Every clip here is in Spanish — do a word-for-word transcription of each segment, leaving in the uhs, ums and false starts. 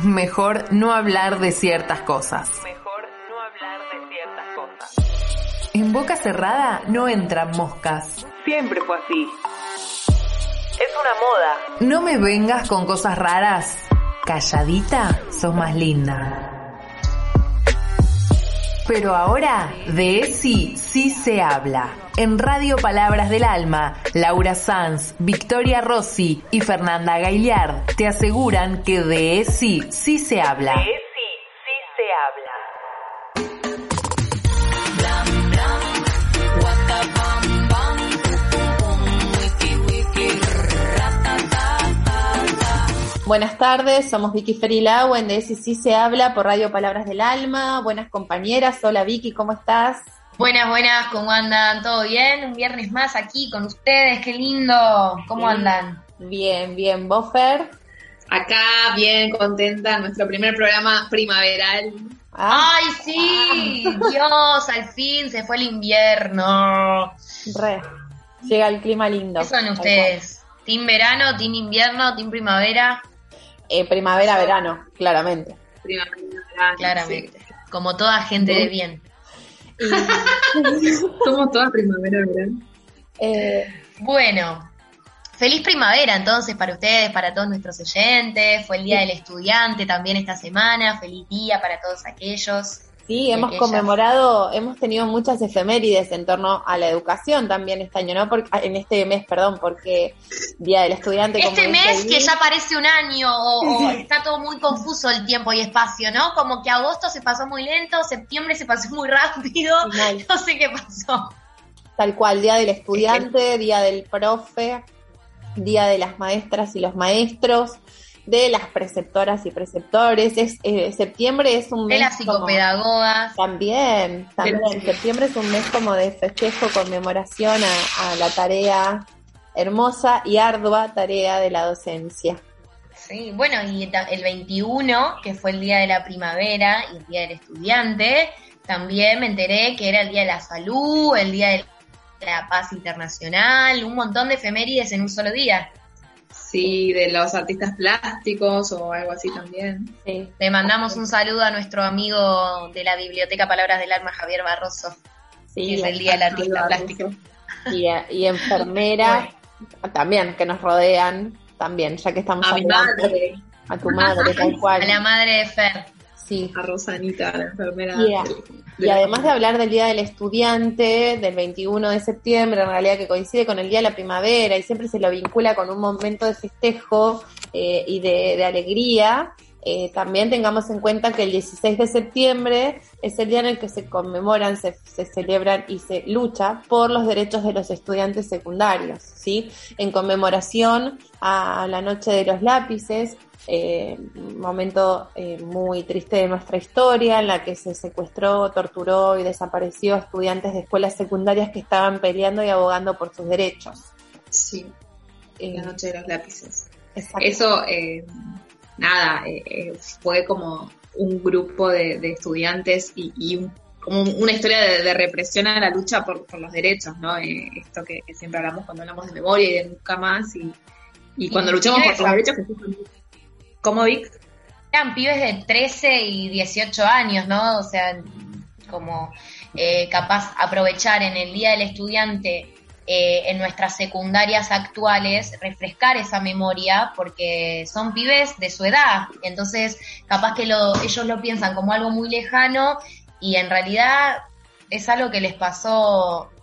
mejor no hablar de ciertas cosas. Mejor no hablar de ciertas cosas. En boca cerrada no entran moscas. Siempre fue así. Es una moda. No me vengas con cosas raras. Calladita sos más linda. Pero ahora, de ESI sí se habla. En Radio Palabras del Alma, Laura Sanz, Victoria Rossi y Fernanda Gaillard te aseguran que de ESI sí se habla. De ESI sí se habla. Buenas tardes, somos Vicky Ferilauen, de ESI sí se habla por Radio Palabras del Alma. Buenas compañeras, hola Vicky, ¿cómo estás? Buenas, buenas, ¿cómo andan? ¿Todo bien? Un viernes más aquí con ustedes, qué lindo. ¿Cómo Bien. andan? Bien, bien, ¿vos, Fer? Acá, bien contenta, nuestro primer programa primaveral. Ah, ¡Ay, sí! Dios, al fin se fue el invierno. re, llega el clima lindo. ¿Qué son Tal ustedes? ¿Team verano, team invierno, team primavera? cual. Eh, primavera, verano, claramente. Primaveral, Claramente, como toda gente de bien. Y, sí. Somos todas primavera, verano. eh, Bueno, feliz primavera entonces para ustedes, para todos nuestros oyentes. Fue el Día del Estudiante también esta semana. Feliz día para todos aquellos. sí, y hemos aquellas. conmemorado, hemos tenido muchas efemérides en torno a la educación también este año, ¿no? Porque, en este mes, perdón, porque Día del Estudiante. Este como mes dice que Vicky, ya parece un año o, o está todo muy confuso el tiempo y espacio, ¿no? Como que agosto se pasó muy lento, septiembre se pasó muy rápido, Mal. no sé qué pasó. Tal cual, Día del Estudiante, Día del Profe, Día de las Maestras y los Maestros, de las preceptoras y preceptores. Es, eh, septiembre es un De mes las como- psicopedagogas. También, también. Pero- Septiembre es un mes como de festejo, conmemoración a, a la tarea hermosa y ardua tarea de la docencia. Sí, bueno, y ta- el veintiuno, que fue el Día de la Primavera y el Día del Estudiante, también me enteré que era el Día de la Salud, el Día de la Paz Internacional, un montón de efemérides en un solo día. Sí, de los artistas plásticos o algo así también. Sí. Le mandamos un saludo a nuestro amigo de la Biblioteca Palabras del Alma, Javier Barroso, que Sí, es el Día del Artista Plástico. y, y enfermeras también que nos rodean, también, ya que estamos A mi hablando madre, a tu madre, tal cual. A la madre de Fer. Sí. a Rosanita, la enfermera. Y, a- de- y de la- además de hablar del Día del Estudiante, del veintiuno de septiembre, en realidad que coincide con el Día de la Primavera y siempre se lo vincula con un momento de festejo eh, y de, de alegría, eh, también tengamos en cuenta que el dieciséis de septiembre es el día en el que se conmemoran, se, se celebran y se lucha por los derechos de los estudiantes secundarios, ¿sí? En conmemoración a la Noche de los Lápices, eh, un momento eh, muy triste de nuestra historia, en la que se secuestró, torturó y desapareció a estudiantes de escuelas secundarias que estaban peleando y abogando por sus derechos. Sí, Eh, la noche de los lápices. exacto. Eso, eh, nada, eh, eh, fue como un grupo de, de estudiantes y, y un- como una historia de, de represión a la lucha por, por los derechos, ¿no? Eh, esto que, que siempre hablamos cuando hablamos de memoria y de nunca más y, y cuando luchamos por los derechos que ¿Cómo, Vic? Eran pibes de trece y dieciocho años, ¿no? O sea, como eh, capaz aprovechar en el Día del Estudiante eh, en nuestras secundarias actuales, refrescar esa memoria, porque son pibes de su edad. Entonces, capaz que lo, ellos lo piensan como algo muy lejano y en realidad es algo que les pasó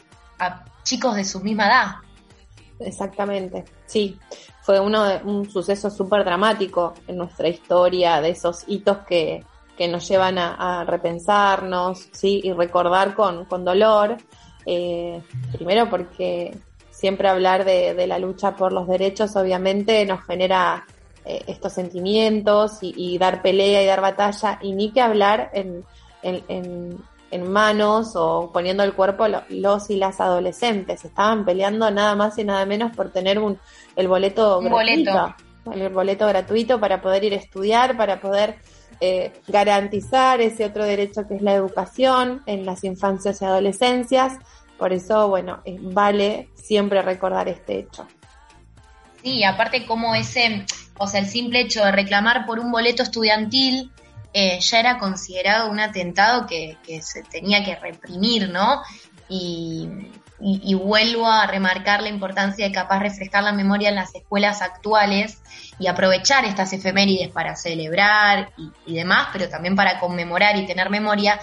a chicos de su misma edad. Exactamente, sí. Fue uno de, un suceso súper dramático en nuestra historia, de esos hitos que, que nos llevan a, a repensarnos, ¿sí? Y recordar con, con dolor. Eh, primero porque siempre hablar de, de la lucha por los derechos obviamente nos genera eh, estos sentimientos y, y dar pelea y dar batalla, y ni que hablar en, en, en, en manos o poniendo el cuerpo lo, los y las adolescentes. Estaban peleando nada más y nada menos por tener un el boleto Un gratuito, boleto. el boleto gratuito para poder ir a estudiar, para poder eh, garantizar ese otro derecho que es la educación en las infancias y adolescencias. Por eso, bueno, eh, vale siempre recordar este hecho. Sí, aparte como ese, O sea, el simple hecho de reclamar por un boleto estudiantil eh, ya era considerado un atentado que, que se tenía que reprimir, ¿no? Y, y, y vuelvo a remarcar la importancia de capaz refrescar la memoria en las escuelas actuales y aprovechar estas efemérides para celebrar y, y demás, pero también para conmemorar y tener memoria,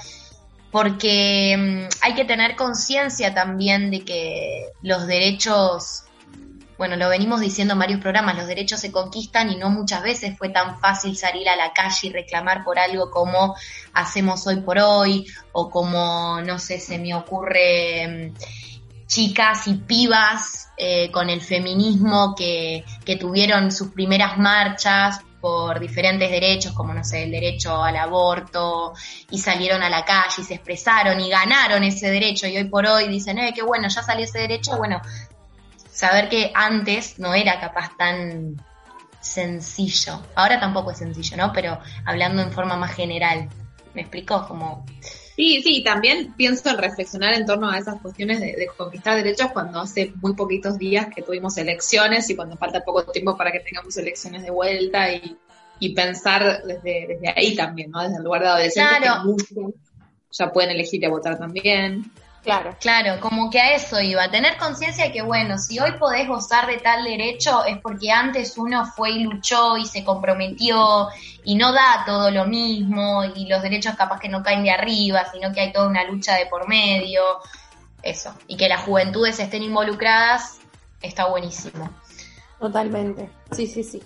porque um, hay que tener conciencia también de que los derechos, bueno, lo venimos diciendo en varios programas, los derechos se conquistan y no muchas veces fue tan fácil salir a la calle y reclamar por algo como hacemos hoy por hoy, o como, no sé, se me ocurre chicas y pibas eh, con el feminismo que, que tuvieron sus primeras marchas por diferentes derechos, como, no sé, el derecho al aborto, y salieron a la calle y se expresaron y ganaron ese derecho, y hoy por hoy dicen, eh, qué bueno, ya salió ese derecho. Bueno, saber que antes no era capaz tan sencillo. Ahora tampoco es sencillo, ¿no? Pero hablando en forma más general. ¿Me explico? Como... Sí, sí, también pienso en reflexionar en torno a esas cuestiones de, de conquistar derechos cuando hace muy poquitos días que tuvimos elecciones y cuando falta poco tiempo para que tengamos elecciones de vuelta, y, y pensar desde, desde ahí también, ¿no? Desde el lugar de adolescentes, claro, que muchos ya pueden elegir y a votar también. Claro. Claro, como que a eso iba, tener conciencia de que, bueno, si hoy podés gozar de tal derecho es porque antes uno fue y luchó y se comprometió y no da todo lo mismo, y los derechos capaz que no caen de arriba, sino que hay toda una lucha de por medio, eso, y que las juventudes estén involucradas, está buenísimo. Totalmente, sí, sí, sí.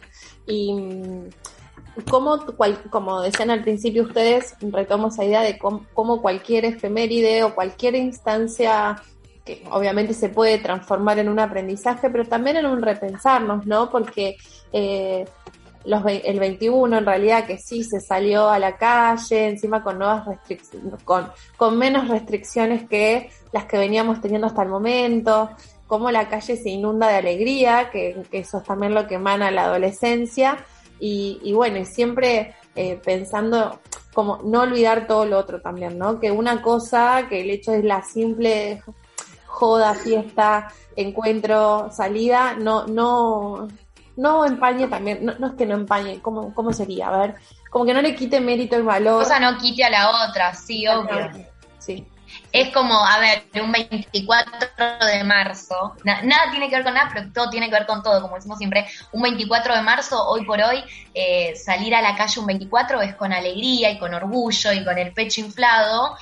Y como, cual, como decían al principio ustedes, retomo esa idea de cómo, cómo cualquier efeméride o cualquier instancia que obviamente se puede transformar en un aprendizaje, pero también en un repensarnos, ¿no? Porque eh, los, el veintiuno en realidad que sí se salió a la calle, encima con nuevas restricciones, con, con menos restricciones que las que veníamos teniendo hasta el momento, cómo la calle se inunda de alegría, que, que eso es también lo que emana la adolescencia. Y, y bueno, y siempre eh, pensando como no olvidar todo lo otro también, ¿no? Que una cosa, que el hecho es la simple joda, fiesta, encuentro, salida, no, no, no empañe también, no, no es que no empañe, ¿cómo, cómo sería? A ver, como que no le quite mérito el valor. Cosa no quite a la otra, sí, obvio. Sí. Es como, a ver, un veinticuatro de marzo, na, nada tiene que ver con nada, pero todo tiene que ver con todo, como decimos siempre. Un veinticuatro de marzo, hoy por hoy, eh, salir a la calle un veinticuatro es con alegría y con orgullo y con el pecho inflado,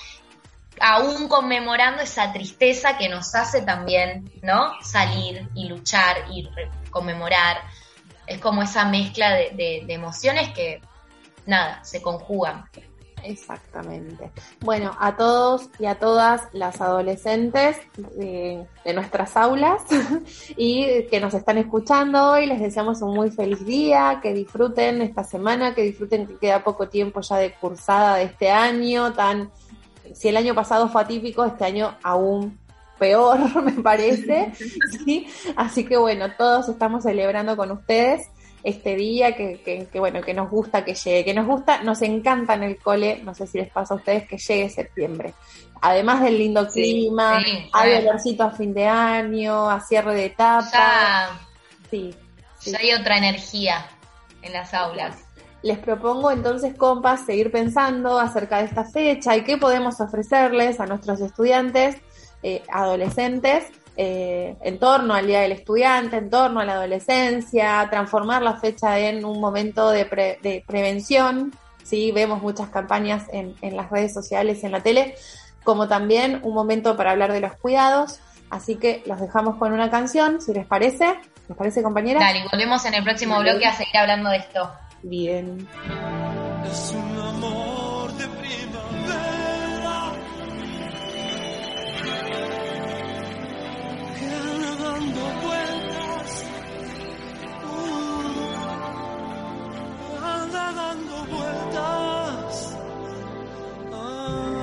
aún conmemorando esa tristeza que nos hace también, ¿no? Salir y luchar y re- conmemorar. Es como esa mezcla de, de, de emociones que, nada, se conjugan. Exactamente. Bueno, a todos y a todas las adolescentes de, de nuestras aulas y que nos están escuchando hoy, les deseamos un muy feliz día, que disfruten esta semana, que disfruten que queda poco tiempo ya de cursada de este año, tan, si el año pasado fue atípico, este año aún peor, me parece, ¿sí? Así que bueno, todos estamos celebrando con ustedes este día que, que, que bueno, que nos gusta que llegue, que nos gusta, nos encanta en el cole, no sé si les pasa a ustedes, que llegue septiembre. Además del lindo clima, sí, sí, hay claro. olorcito a fin de año, a cierre de etapa. Ya, Sí, sí. ya hay otra energía en las aulas. Les propongo entonces, compas, seguir pensando acerca de esta fecha y qué podemos ofrecerles a nuestros estudiantes, eh, adolescentes, Eh, en torno al Día del Estudiante, en torno a la adolescencia, transformar la fecha en un momento de, pre, de prevención, ¿sí? Vemos muchas campañas en, en las redes sociales y en la tele, como también un momento para hablar de los cuidados, así que los dejamos con una canción, si les parece. ¿Les parece, compañeras? Dale, volvemos en el próximo bloque a seguir hablando de esto. Bien. Es un amor de primavera que anda dando vueltas, uh, anda dando vueltas. Ah.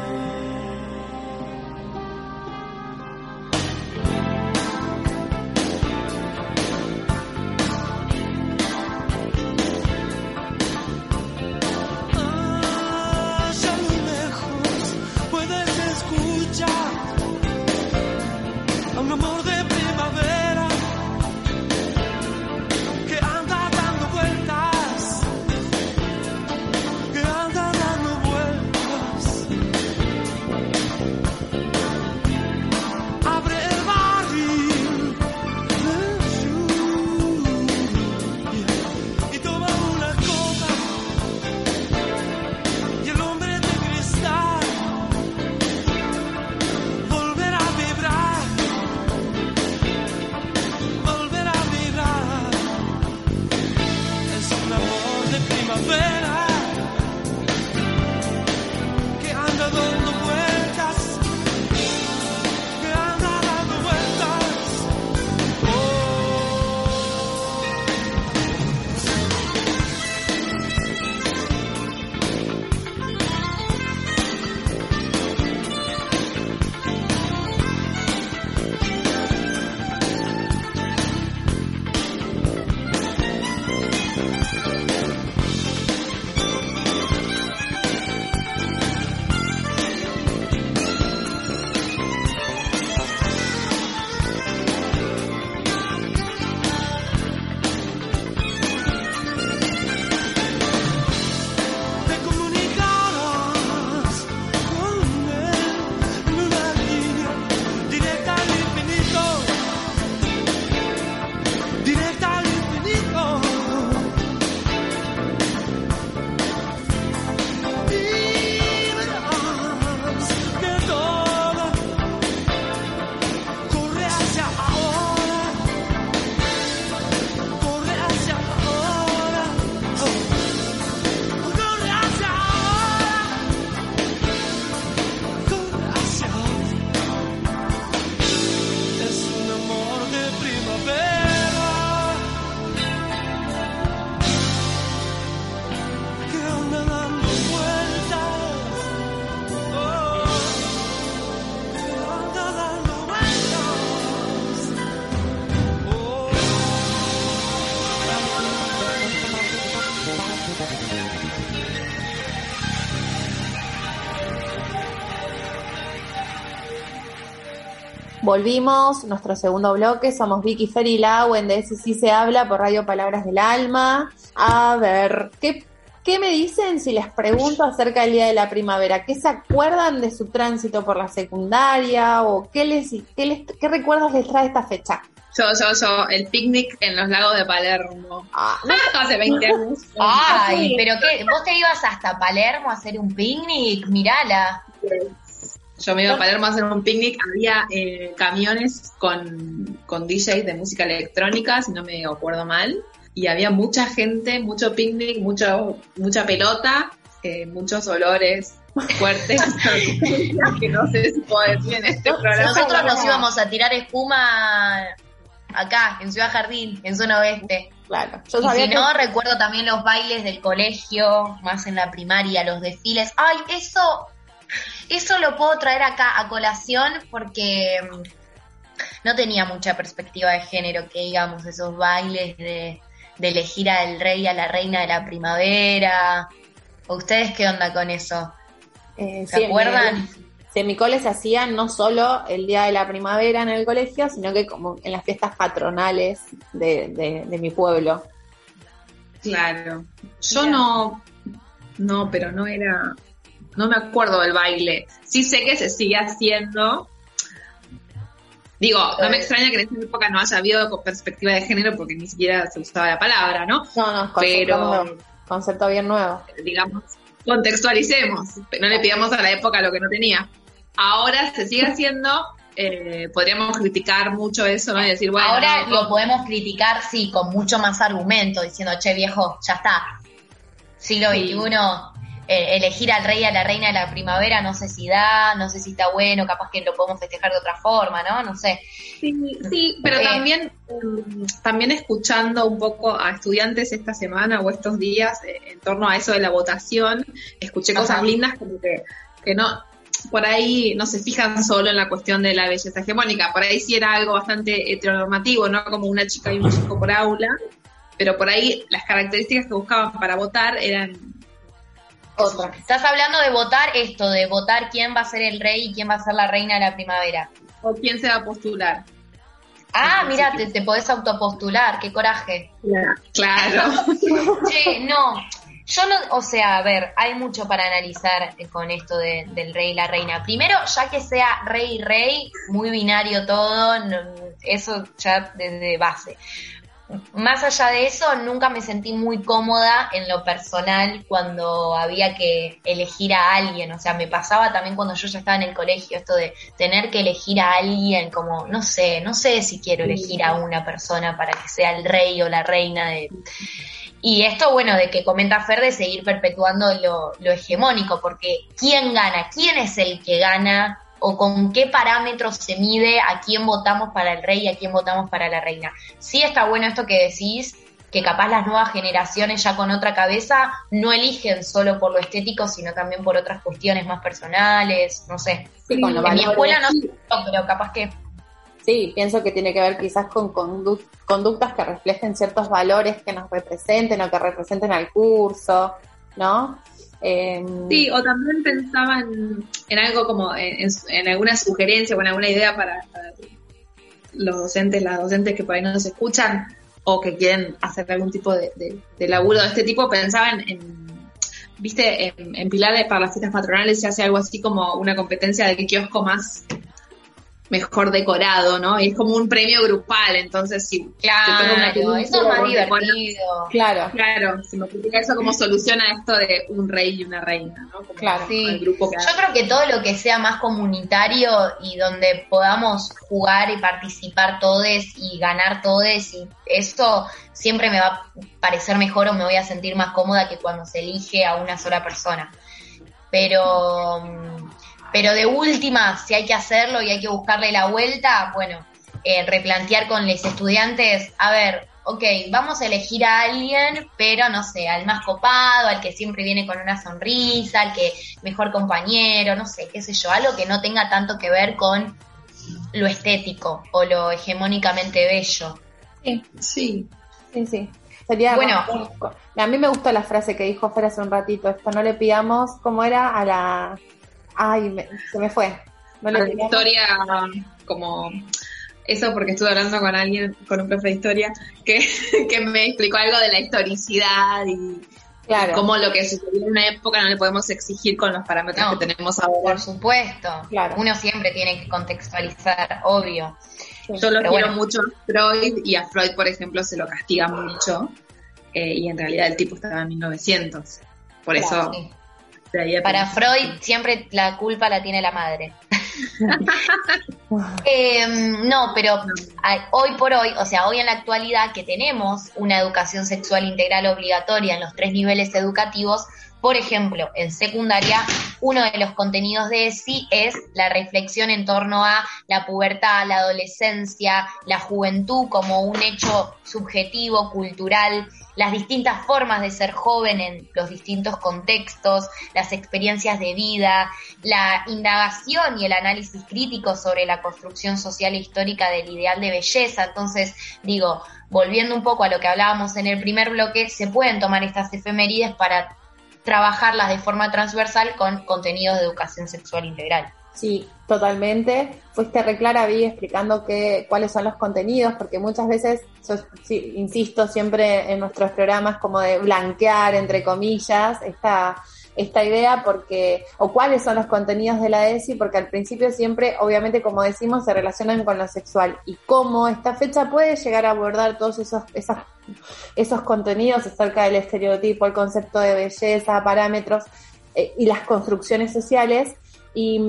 Hay primavera que anda dando vueltas, que anda dando vueltas. Volvimos, nuestro segundo bloque, somos Vicky, Fer y Lau, en De Eso Sí Se Habla por Radio Palabras del Alma. A ver, ¿qué, qué me dicen si les pregunto acerca del Día de la Primavera? ¿Qué se acuerdan de su tránsito por la secundaria? ¿O qué, les, qué, les, qué recuerdos les trae esta fecha? Yo, yo, yo, el picnic en los lagos de Palermo. Ah, hace veinte años. Ay, pero qué, ¿vos te ibas hasta Palermo a hacer un picnic? Mirala. Yo me iba a Palermo a hacer un picnic, había eh, camiones con, con D Js de música electrónica, si no me acuerdo mal, y había mucha gente, mucho picnic, mucho, mucha pelota, eh, muchos olores fuertes, que no sé si puedo decir en este programa. Nosotros nos íbamos a tirar espuma acá, en Ciudad Jardín, en zona oeste. Claro. Yo Y sabía si no, que... recuerdo también los bailes del colegio, más en la primaria, los desfiles. Ay, eso... Eso lo puedo traer acá a colación porque no tenía mucha perspectiva de género, que digamos, esos bailes de, de elegir al rey y a la reina de la primavera. ¿Ustedes qué onda con eso? Eh, ¿Se sí, acuerdan? En mi, sí, en mi cole se hacía no solo el Día de la Primavera en el colegio, sino que como en las fiestas patronales de, de, de mi pueblo. Claro. Yo Mira. no, no, pero no era... No me acuerdo del baile. Sí sé que se sigue haciendo. Digo, no me extraña que en esa época no haya habido perspectiva de género porque ni siquiera se usaba la palabra, ¿no? No, no, concepto, Pero, nuevo, concepto bien nuevo. digamos, contextualicemos. No le pidamos a la época lo que no tenía. Ahora se sigue haciendo. Eh, podríamos criticar mucho eso, ¿no? Y decir, bueno... Ahora no, lo podemos criticar, sí, con mucho más argumento, diciendo, che, viejo, ya está. Siglo Sí. veintiuno... Eh, elegir al rey y a la reina de la primavera, no sé si da, no sé si está bueno, capaz que lo podemos festejar de otra forma, ¿no? No sé. Sí, sí, pero Eh. también, um, también escuchando un poco a estudiantes esta semana o estos días eh, en torno a eso de la votación, escuché Ajá. cosas lindas como que, que no, por ahí no se fijan solo en la cuestión de la belleza hegemónica, por ahí sí era algo bastante heteronormativo, ¿no? Como una chica y un chico por aula, pero por ahí las características que buscaban para votar eran... Otra. Estás hablando de votar esto, de votar quién va a ser el rey y quién va a ser la reina de la primavera. ¿O quién se va a postular? Ah, Sí, mira, sí. te, te podés autopostular, qué coraje. Claro. Che, no, yo no, o sea, a ver, hay mucho para analizar con esto de, del rey y la reina. Primero, ya que sea rey y rey, muy binario todo, no, eso ya desde base. Más allá de eso, nunca me sentí muy cómoda en lo personal cuando había que elegir a alguien. O sea, me pasaba también cuando yo ya estaba en el colegio, esto de tener que elegir a alguien, como, no sé, no sé si quiero elegir a una persona para que sea el rey o la reina de... Y esto, bueno, de que comenta Fer, de seguir perpetuando lo, lo hegemónico, porque ¿quién gana? ¿Quién es el que gana? ¿O con qué parámetros se mide a quién votamos para el rey y a quién votamos para la reina? Sí está bueno esto que decís, que capaz las nuevas generaciones ya con otra cabeza no eligen solo por lo estético, sino también por otras cuestiones más personales, no sé. Sí, con lo en mi valores. escuela no sé, pero capaz que... Sí, pienso que tiene que ver quizás con condu- conductas que reflejen ciertos valores que nos representen o que representen al curso, ¿no? Eh, Sí, o también pensaban en algo como en, en, en alguna sugerencia o en alguna idea para, para los docentes, las docentes que por ahí no nos escuchan o que quieren hacer algún tipo de, de, de laburo de este tipo, pensaban en, viste, en, en Pilar para las fiestas patronales se hace algo así como una competencia del kiosco más mejor decorado, ¿no? Y es como un premio grupal, entonces si Claro, te toca una película, eso es más vos decorás- divertido. claro, Claro, se me ocurre eso como solución a esto de un rey y una reina, ¿no? Como Claro. con Sí. el grupo que Yo creo que todo lo que sea más comunitario y donde podamos jugar y participar todos y ganar todos, y eso siempre me va a parecer mejor o me voy a sentir más cómoda que cuando se elige a una sola persona. Pero, pero de última, si hay que hacerlo y hay que buscarle la vuelta, bueno, eh, replantear con los estudiantes, a ver, ok, vamos a elegir a alguien, pero no sé, al más copado, al que siempre viene con una sonrisa, al que mejor compañero, no sé, qué sé yo, algo que no tenga tanto que ver con lo estético o lo hegemónicamente bello. sí, sí. sí, sí. Sería Bueno. como- a mí me gustó la frase que dijo Fer hace un ratito, esto no le pidamos, ¿cómo era? A la... Ay, me- se me fue. No le La pidamos... historia como eso porque estuve hablando con alguien, con un profe de historia, que, que me explicó algo de la historicidad y Claro. cómo lo que sucedió en una época no le podemos exigir con los parámetros No. que tenemos ahora. Por supuesto, Claro. uno siempre tiene que contextualizar, obvio. Yo lo Pero quiero bueno. mucho a Freud y a Freud, por ejemplo, se lo castiga mucho eh, y en realidad el tipo estaba en mil novecientos. Por eso... Sí. de ahí a Para pensar. Freud siempre la culpa la tiene la madre. Eh, no, pero a- hoy por hoy, o sea, hoy en la actualidad que tenemos una educación sexual integral obligatoria en los tres niveles educativos, por ejemplo, en secundaria, uno de los contenidos de E S I es la reflexión en torno a la pubertad, la adolescencia, la juventud como un hecho subjetivo, cultural, las distintas formas de ser joven en los distintos contextos, las experiencias de vida, la indagación y el análisis crítico sobre la construcción social e histórica del ideal de belleza. Entonces, digo, volviendo un poco a lo que hablábamos en el primer bloque, se pueden tomar estas efemérides para trabajarlas de forma transversal con contenidos de educación sexual integral. Sí, totalmente. Fuiste re clara, Vi, explicando que, cuáles son los contenidos, porque muchas veces, yo sí, insisto siempre en nuestros programas como de blanquear, entre comillas, esta, esta idea, porque o cuáles son los contenidos de la E S I, porque al principio siempre, obviamente, como decimos, se relacionan con lo sexual, y cómo esta fecha puede llegar a abordar todos esos, esas, esos contenidos acerca del estereotipo, el concepto de belleza, parámetros eh, y las construcciones sociales. Y,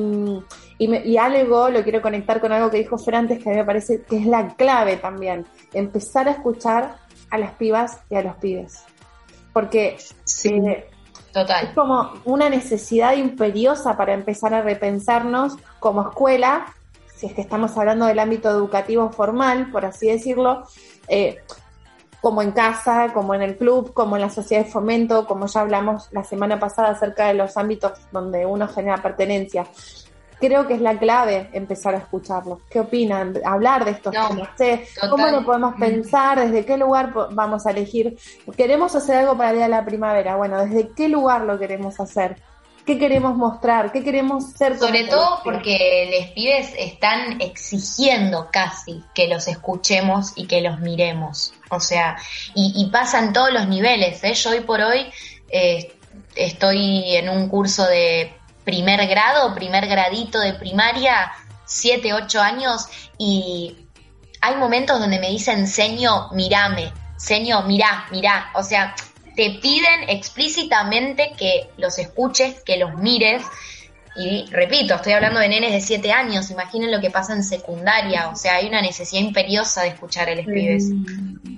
y, me, y algo, lo quiero conectar con algo que dijo Fer antes, que a mí me parece que es la clave también, empezar a escuchar a las pibas y a los pibes, porque Sí. eh, es Total. como una necesidad imperiosa para empezar a repensarnos como escuela, si es que estamos hablando del ámbito educativo formal, por así decirlo, eh, como en casa, como en el club, como en la sociedad de fomento, como ya hablamos la semana pasada acerca de los ámbitos donde uno genera pertenencia. Creo que es la clave empezar a escucharlos. ¿Qué opinan? Hablar de estos No, temas. Che, total. ¿cómo lo podemos pensar? ¿Desde qué lugar po- vamos a elegir? Queremos hacer algo para el Día de la Primavera. Bueno, ¿desde qué lugar lo queremos hacer? ¿Qué queremos mostrar? ¿Qué queremos ser? Sobre como todo colegio? porque los pibes están exigiendo casi que los escuchemos y que los miremos. O sea, y, y pasa en todos los niveles, ¿eh? Yo hoy por hoy eh, estoy en un curso de primer grado, primer gradito de primaria, siete, ocho años, y hay momentos donde me dicen, seño, mirame, seño, mirá, mirá. O sea, te piden explícitamente que los escuches, que los mires. Y repito, estoy hablando de nenes de siete años, imaginen lo que pasa en secundaria, o sea, hay una necesidad imperiosa de escuchar a los pibes.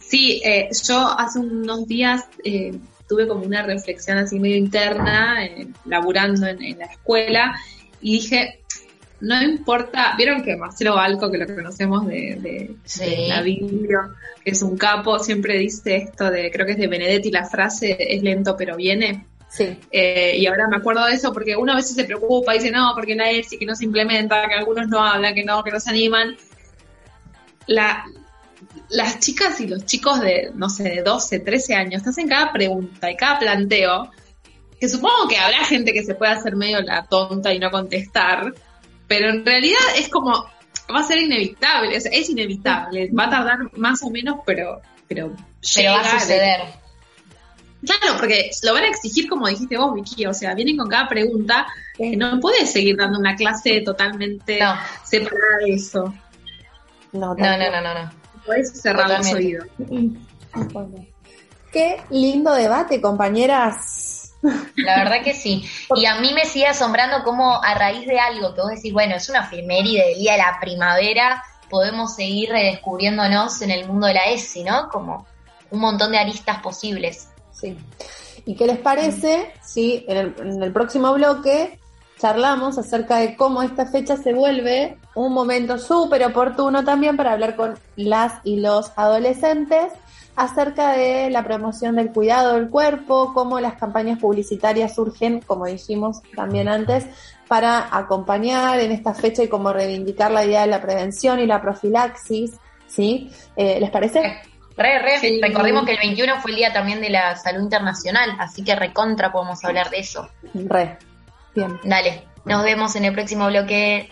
Sí, eh, yo hace unos días eh, tuve como una reflexión así medio interna, eh, laburando en, en la escuela, y dije, no importa, vieron que Marcelo Balco, que lo conocemos de, de, Sí. de la Biblia, que es un capo, siempre dice esto de, creo que es de Benedetti la frase, es lento pero viene. Sí. Eh, y ahora me acuerdo de eso porque uno a veces se preocupa y dice, no, porque la E S I, que no se implementa, que algunos no hablan, que no, que no se animan. La, las chicas y los chicos de, no sé, de doce, trece años, te hacen cada pregunta y cada planteo, que supongo que habrá gente que se puede hacer medio la tonta y no contestar, pero en realidad es como, va a ser inevitable, es, es inevitable, va a tardar más o menos, pero pero, Pero va a llega suceder. de- Claro, porque lo van a exigir como dijiste vos, Vicky, o sea, vienen con cada pregunta, que no puedes seguir dando una clase totalmente No. separada de eso. No, No, no, no, no, no. Puedes cerrar los Totalmente. oídos. Bueno. Qué lindo debate, compañeras. La verdad que sí. Y a mí me sigue asombrando cómo a raíz de algo que vos decís, bueno, es una efeméride del día de la primavera, podemos seguir redescubriéndonos en el mundo de la E S I, ¿no? Como un montón de aristas posibles. Sí. ¿Y qué les parece si en el, en el próximo bloque charlamos acerca de cómo esta fecha se vuelve un momento súper oportuno también para hablar con las y los adolescentes acerca de la promoción del cuidado del cuerpo, cómo las campañas publicitarias surgen, como dijimos también antes, para acompañar en esta fecha y cómo reivindicar la idea de la prevención y la profilaxis, ¿sí? Eh, ¿Les parece? Re, re, Sí. recordemos que el veintiuno fue el día también de la salud internacional, así que recontra podemos hablar de eso. Re. Bien. Dale, nos vemos en el próximo bloque.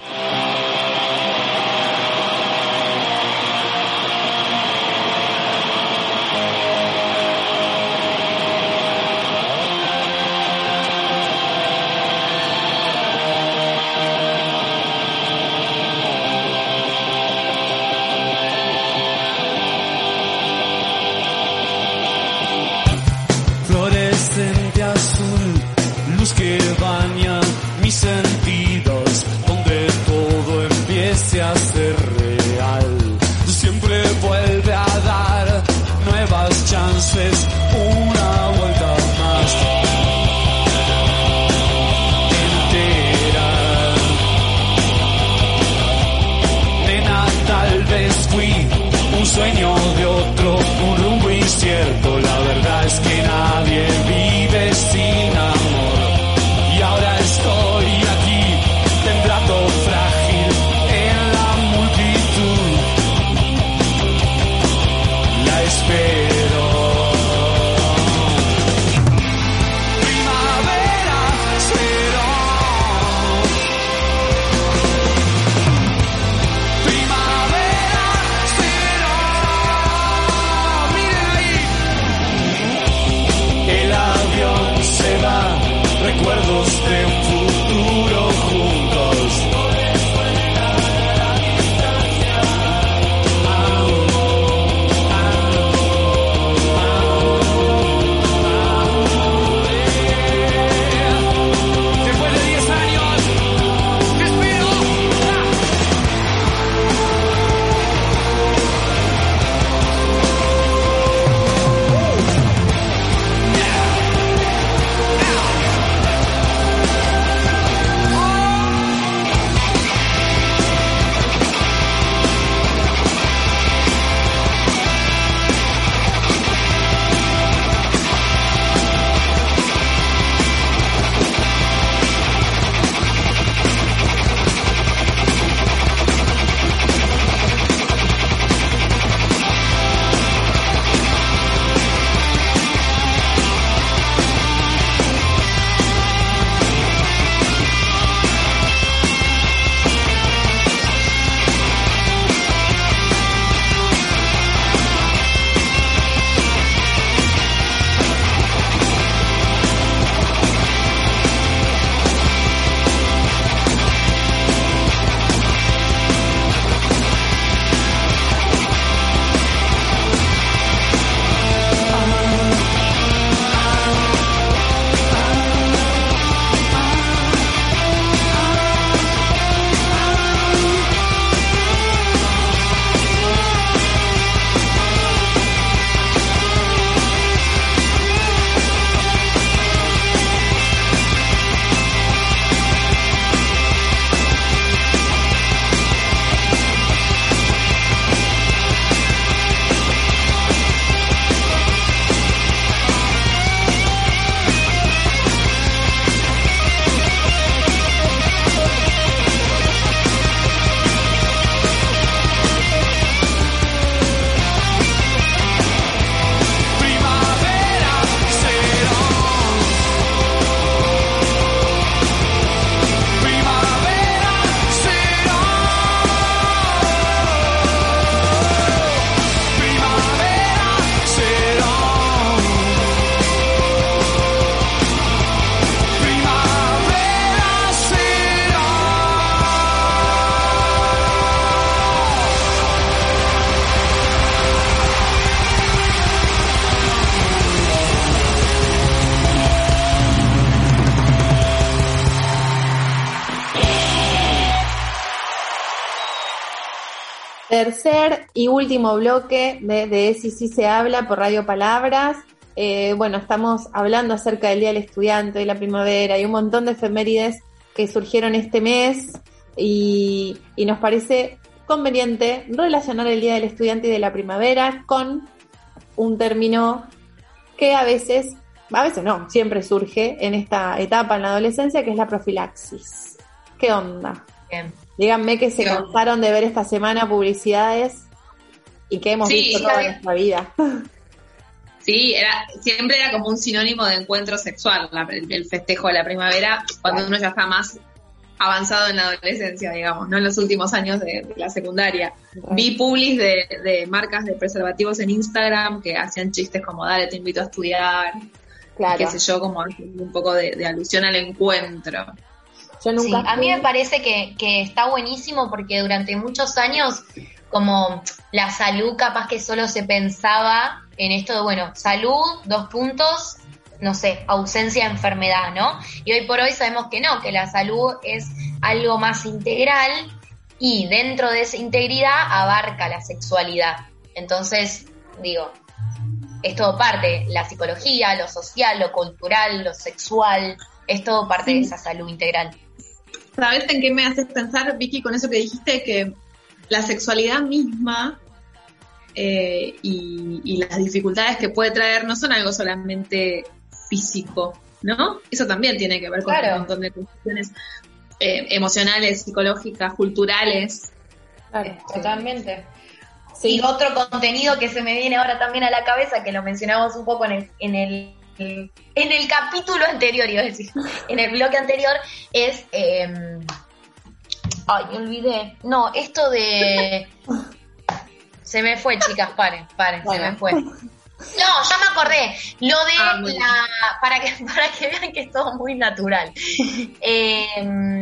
Fluorescente azul, luz que baña mis sentidos, donde todo empiece a ser real. Siempre vuelve a dar nuevas chances, una vuelta más entera. Nena, tal vez fui un sueño de otro, un rumbo incierto. La verdad es que nadie vive sin amor. Y ahora Tercer y último bloque de, de Si Sí Se Habla por Radio Palabras. Eh, bueno, estamos hablando acerca del Día del Estudiante, de la primavera y un montón de efemérides que surgieron este mes y, y nos parece conveniente relacionar el Día del Estudiante y de la primavera con un término que a veces, a veces no, siempre surge en esta etapa en la adolescencia, que es la profilaxis. ¿Qué onda? Bien. Díganme que se Bien. cansaron de ver esta semana publicidades y que hemos Sí, visto toda sí. nuestra vida. Sí, era, siempre era como un sinónimo de encuentro sexual, la- el, el festejo de la primavera, cuando Claro. uno ya está más avanzado en la adolescencia, digamos, no en los últimos años de, de la secundaria. Vi publis de, de marcas de preservativos en Instagram que hacían chistes como, dale, te invito a estudiar, Claro. qué sé yo, como haciendo un poco de, de alusión al encuentro. Yo Sí, nunca a mí fui- me parece que, que está buenísimo porque durante muchos años como la salud capaz que solo se pensaba en esto de, bueno, salud, dos puntos, no sé, ausencia de enfermedad, ¿no? Y hoy por hoy sabemos que no, que la salud es algo más integral y dentro de esa integridad abarca la sexualidad. Entonces, digo, es todo parte, la psicología, lo social, lo cultural, lo sexual, es todo parte de esa salud integral. ¿Sabes en qué me haces pensar, Vicky, con eso que dijiste? Que la sexualidad misma eh, y, y las dificultades que puede traer no son algo solamente físico, ¿no? Eso también tiene que ver con Claro. un montón de cuestiones eh, emocionales, psicológicas, culturales. Claro. Totalmente. Sí. Y otro contenido que se me viene ahora también a la cabeza, que lo mencionamos un poco en el, en el, en el capítulo anterior, iba a decir, en el bloque anterior, es... Eh, ay, me olvidé. No, esto de... Se me fue, chicas, paren, paren, Bueno. se me fue. No, ya me acordé. Lo de Ah, muy bien. la... Para que, para que vean que es todo muy natural. Eh,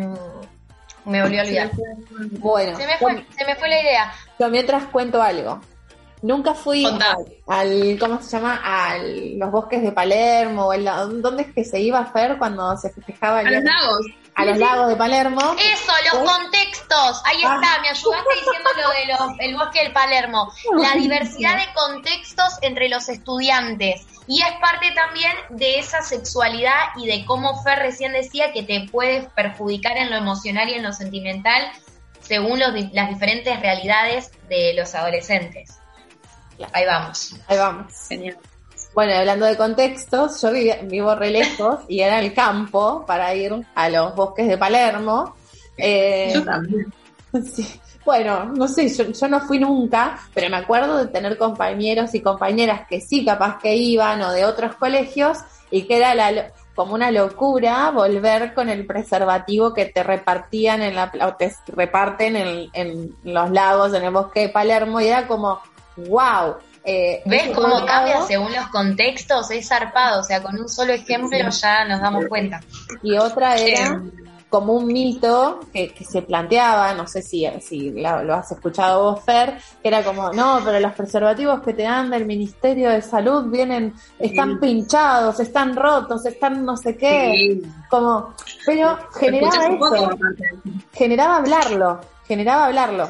me volvió a olvidar. Bueno, Se me fue, se me fue la idea. yo mientras cuento algo. Nunca fui Contá. al, al- ¿cómo se llama? A los bosques de Palermo, o el, ¿dónde es que se iba a Fer cuando se festejaba el A día- los lagos. a los lagos de Palermo? Eso, los ¿Sí? contextos. Ahí Ah. está, me ayudaste diciendo lo de los, el bosque del Palermo. La diversidad de contextos entre los estudiantes. Y es parte también de esa sexualidad y de cómo Fer recién decía que te puedes perjudicar en lo emocional y en lo sentimental según los di- las diferentes realidades de los adolescentes. Ahí vamos. Ahí vamos. Genial. Bueno, hablando de contextos, yo vivía- vivo re lejos y era el campo para ir a los bosques de Palermo. Eh, Yo también. sí. Bueno, no sé, yo, yo no fui nunca, pero me acuerdo de tener compañeros y compañeras que sí, capaz que iban o de otros colegios y que era la, lo- como una locura volver con el preservativo que te repartían en la, o te reparten en, en los lagos, en el bosque de Palermo y era como, wow. Eh, ¿Ves ese cómo lago- cambia según los contextos? Es zarpado, o sea, con un solo ejemplo ya nos damos cuenta. Y otra era Eh, como un mito que, que se planteaba, no sé si, si la- lo has escuchado vos, Fer, que era como, no, pero los preservativos que te dan del Ministerio de Salud vienen, están Sí. pinchados, están rotos, están no sé qué, Sí. como, pero Lo generaba escuché hace poco, eso, aparte. generaba hablarlo, generaba hablarlo.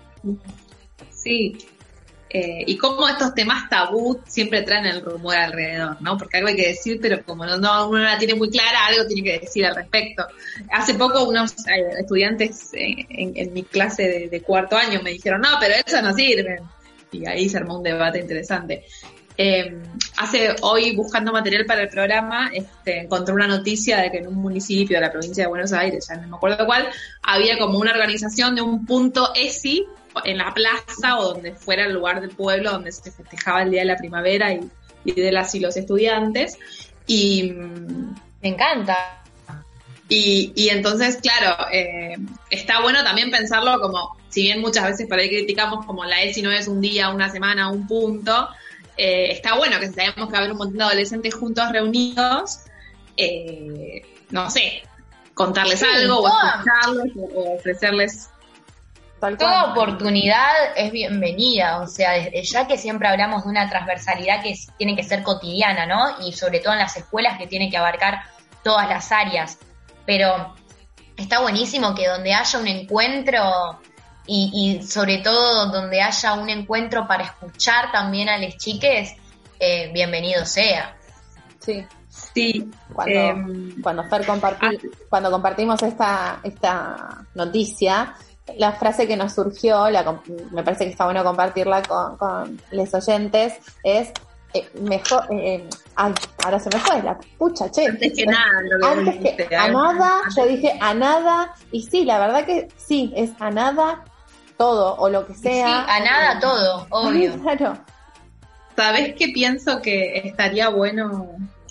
Sí. Eh, y cómo estos temas tabú siempre traen el rumor alrededor, ¿no? Porque algo hay que decir, pero como no, no uno no la tiene muy clara, algo tiene que decir al respecto. Hace poco unos eh, estudiantes eh, en, en mi clase de, de cuarto año me dijeron, no, pero eso no sirve. Y ahí se armó un debate interesante. Eh, hace hoy, buscando material para el programa, este, encontré una noticia de que en un municipio de la provincia de Buenos Aires, ya no me acuerdo cuál, había como una organización de un punto E S I en la plaza o donde fuera el lugar del pueblo donde se festejaba el Día de la Primavera y, y de las y los estudiantes. Y, Me encanta. y, y entonces, claro, eh, está bueno también pensarlo como, si bien muchas veces por ahí criticamos como la E S I no es un día, una semana, un punto, eh, está bueno que sabemos que va a haber un montón de adolescentes juntos reunidos, eh, no sé, contarles Sí, algo o toda- escucharlos o, o ofrecerles. Tal Toda cual. oportunidad es bienvenida, o sea, desde ya que siempre hablamos de una transversalidad que es- tiene que ser cotidiana, ¿no? Y sobre todo en las escuelas que tiene que abarcar todas las áreas. Pero está buenísimo que donde haya un encuentro y, y sobre todo donde haya un encuentro para escuchar también a las chiques, eh, bienvenido sea. Sí. Sí. Cuando, eh, cuando Fer compartí, ah. cuando compartimos esta, esta noticia, la frase que nos surgió, la, me parece que está bueno compartirla con, con los oyentes, es eh, mejor, eh, ay, ahora se me fue, la pucha, che. Antes que nada, lo que Antes dijiste, que a ¿eh? nada, yo dije a nada, y sí, la verdad que sí, es a nada todo, o lo que sea. Sí, a nada todo, obvio. Claro. ¿Sabés qué pienso que estaría bueno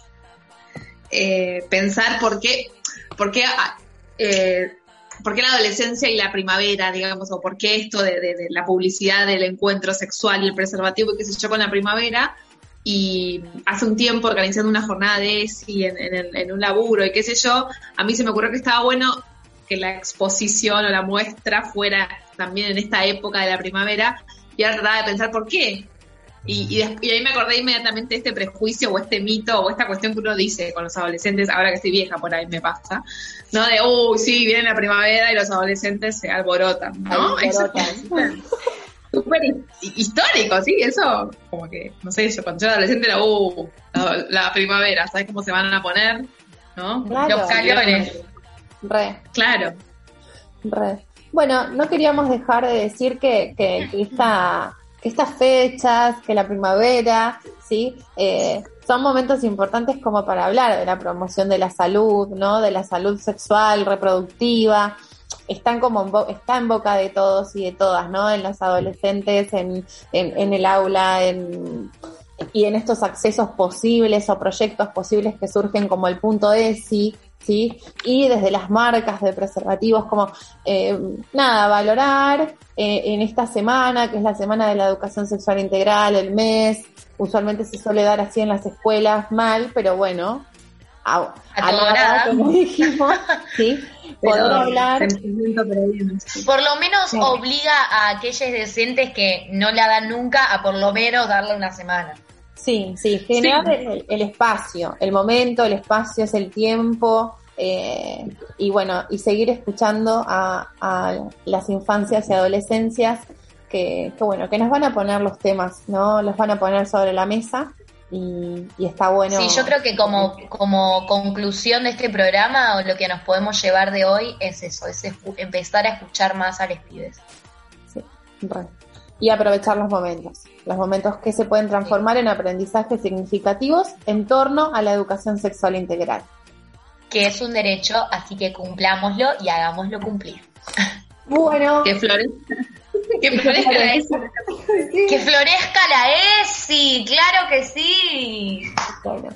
eh, pensar por qué, por qué, eh, por qué la adolescencia y la primavera, digamos, o por qué esto de, de, de la publicidad del encuentro sexual y el preservativo y qué sé yo con la primavera? Y hace un tiempo, organizando una jornada de E S I en, en, en un laburo y qué sé yo, a mí se me ocurrió que estaba bueno que la exposición o la muestra fuera también en esta época de la primavera, y ahora trataba de pensar por qué. Y, y, des- y ahí me acordé inmediatamente de este prejuicio o este mito o esta cuestión que uno dice con los adolescentes, ahora que estoy vieja por ahí me pasa, ¿no? De, uy, sí, viene la primavera y los adolescentes se alborotan, ¿no? Alborotan. Eso es súper súper histórico, sí, eso, como que, no sé, yo cuando yo era adolescente era, uh, la, la primavera, ¿sabes cómo se van a poner? ¿No? Claro. Los calores. Re. Claro. Re. Bueno, no queríamos dejar de decir que, que, que, esta, que estas fechas, que la primavera, ¿sí? Eh, son momentos importantes como para hablar de la promoción de la salud, ¿no? De la salud sexual, reproductiva. Están como en bo- está en boca de todos y de todas, ¿no? En los adolescentes, en, en, en el aula, en, y en estos accesos posibles o proyectos posibles que surgen como el punto E S I, ¿sí? Y desde las marcas de preservativos, como, eh, nada, valorar eh, en esta semana, que es la Semana de la Educación Sexual Integral, el mes, usualmente se suele dar así en las escuelas mal, pero bueno, a, A a todo nada, nada. como dijimos, ¿sí? Poder Pero, hablar. sentimiento, pero bien. Por lo menos Claro. obliga a aquellos decentes que no la dan nunca a por lo menos darle una semana. Sí, sí, generar Sí. El, el espacio, el momento, el espacio es el tiempo, eh, y bueno, y seguir escuchando a, a las infancias y adolescencias que, que bueno, que nos van a poner los temas, ¿no? Los van a poner sobre la mesa y, y está bueno. Sí, yo creo que como, como conclusión de este programa, o lo que nos podemos llevar de hoy es eso, es escu- empezar a escuchar más a los pibes. Sí, re. Y aprovechar los momentos, los momentos que se pueden transformar en aprendizajes significativos en torno a la educación sexual integral. Que es un derecho, así que cumplámoslo y hagámoslo cumplir. Bueno, Que florezca. Que florezca la E S I. sí. ¡Que florezca la E S I! ¡Claro que sí! Bueno.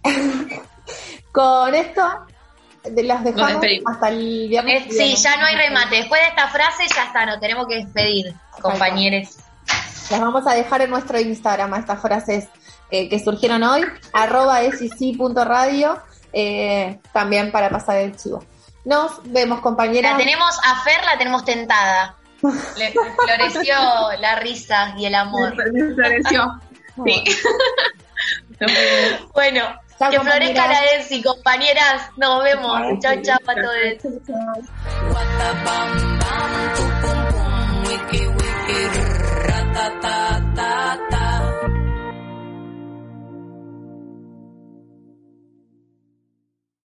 Con esto de- las dejamos despedimos. hasta el viernes. Eh, sí, ya no hay remate. Después de esta frase ya está, nos tenemos que despedir, compañeros. Las vamos a dejar en nuestro Instagram a estas frases eh, que surgieron hoy, arroba sc.radio, eh, también para pasar el chivo. Nos vemos, compañeras. La tenemos a Fer, la tenemos tentada. Le floreció la risa y el amor. Me floreció. Sí. Nos vemos. Bueno, Chao, que florezca compañeras. la E S I, compañeras. Nos vemos. Chao, chao a todos. Chao, chao. What the bum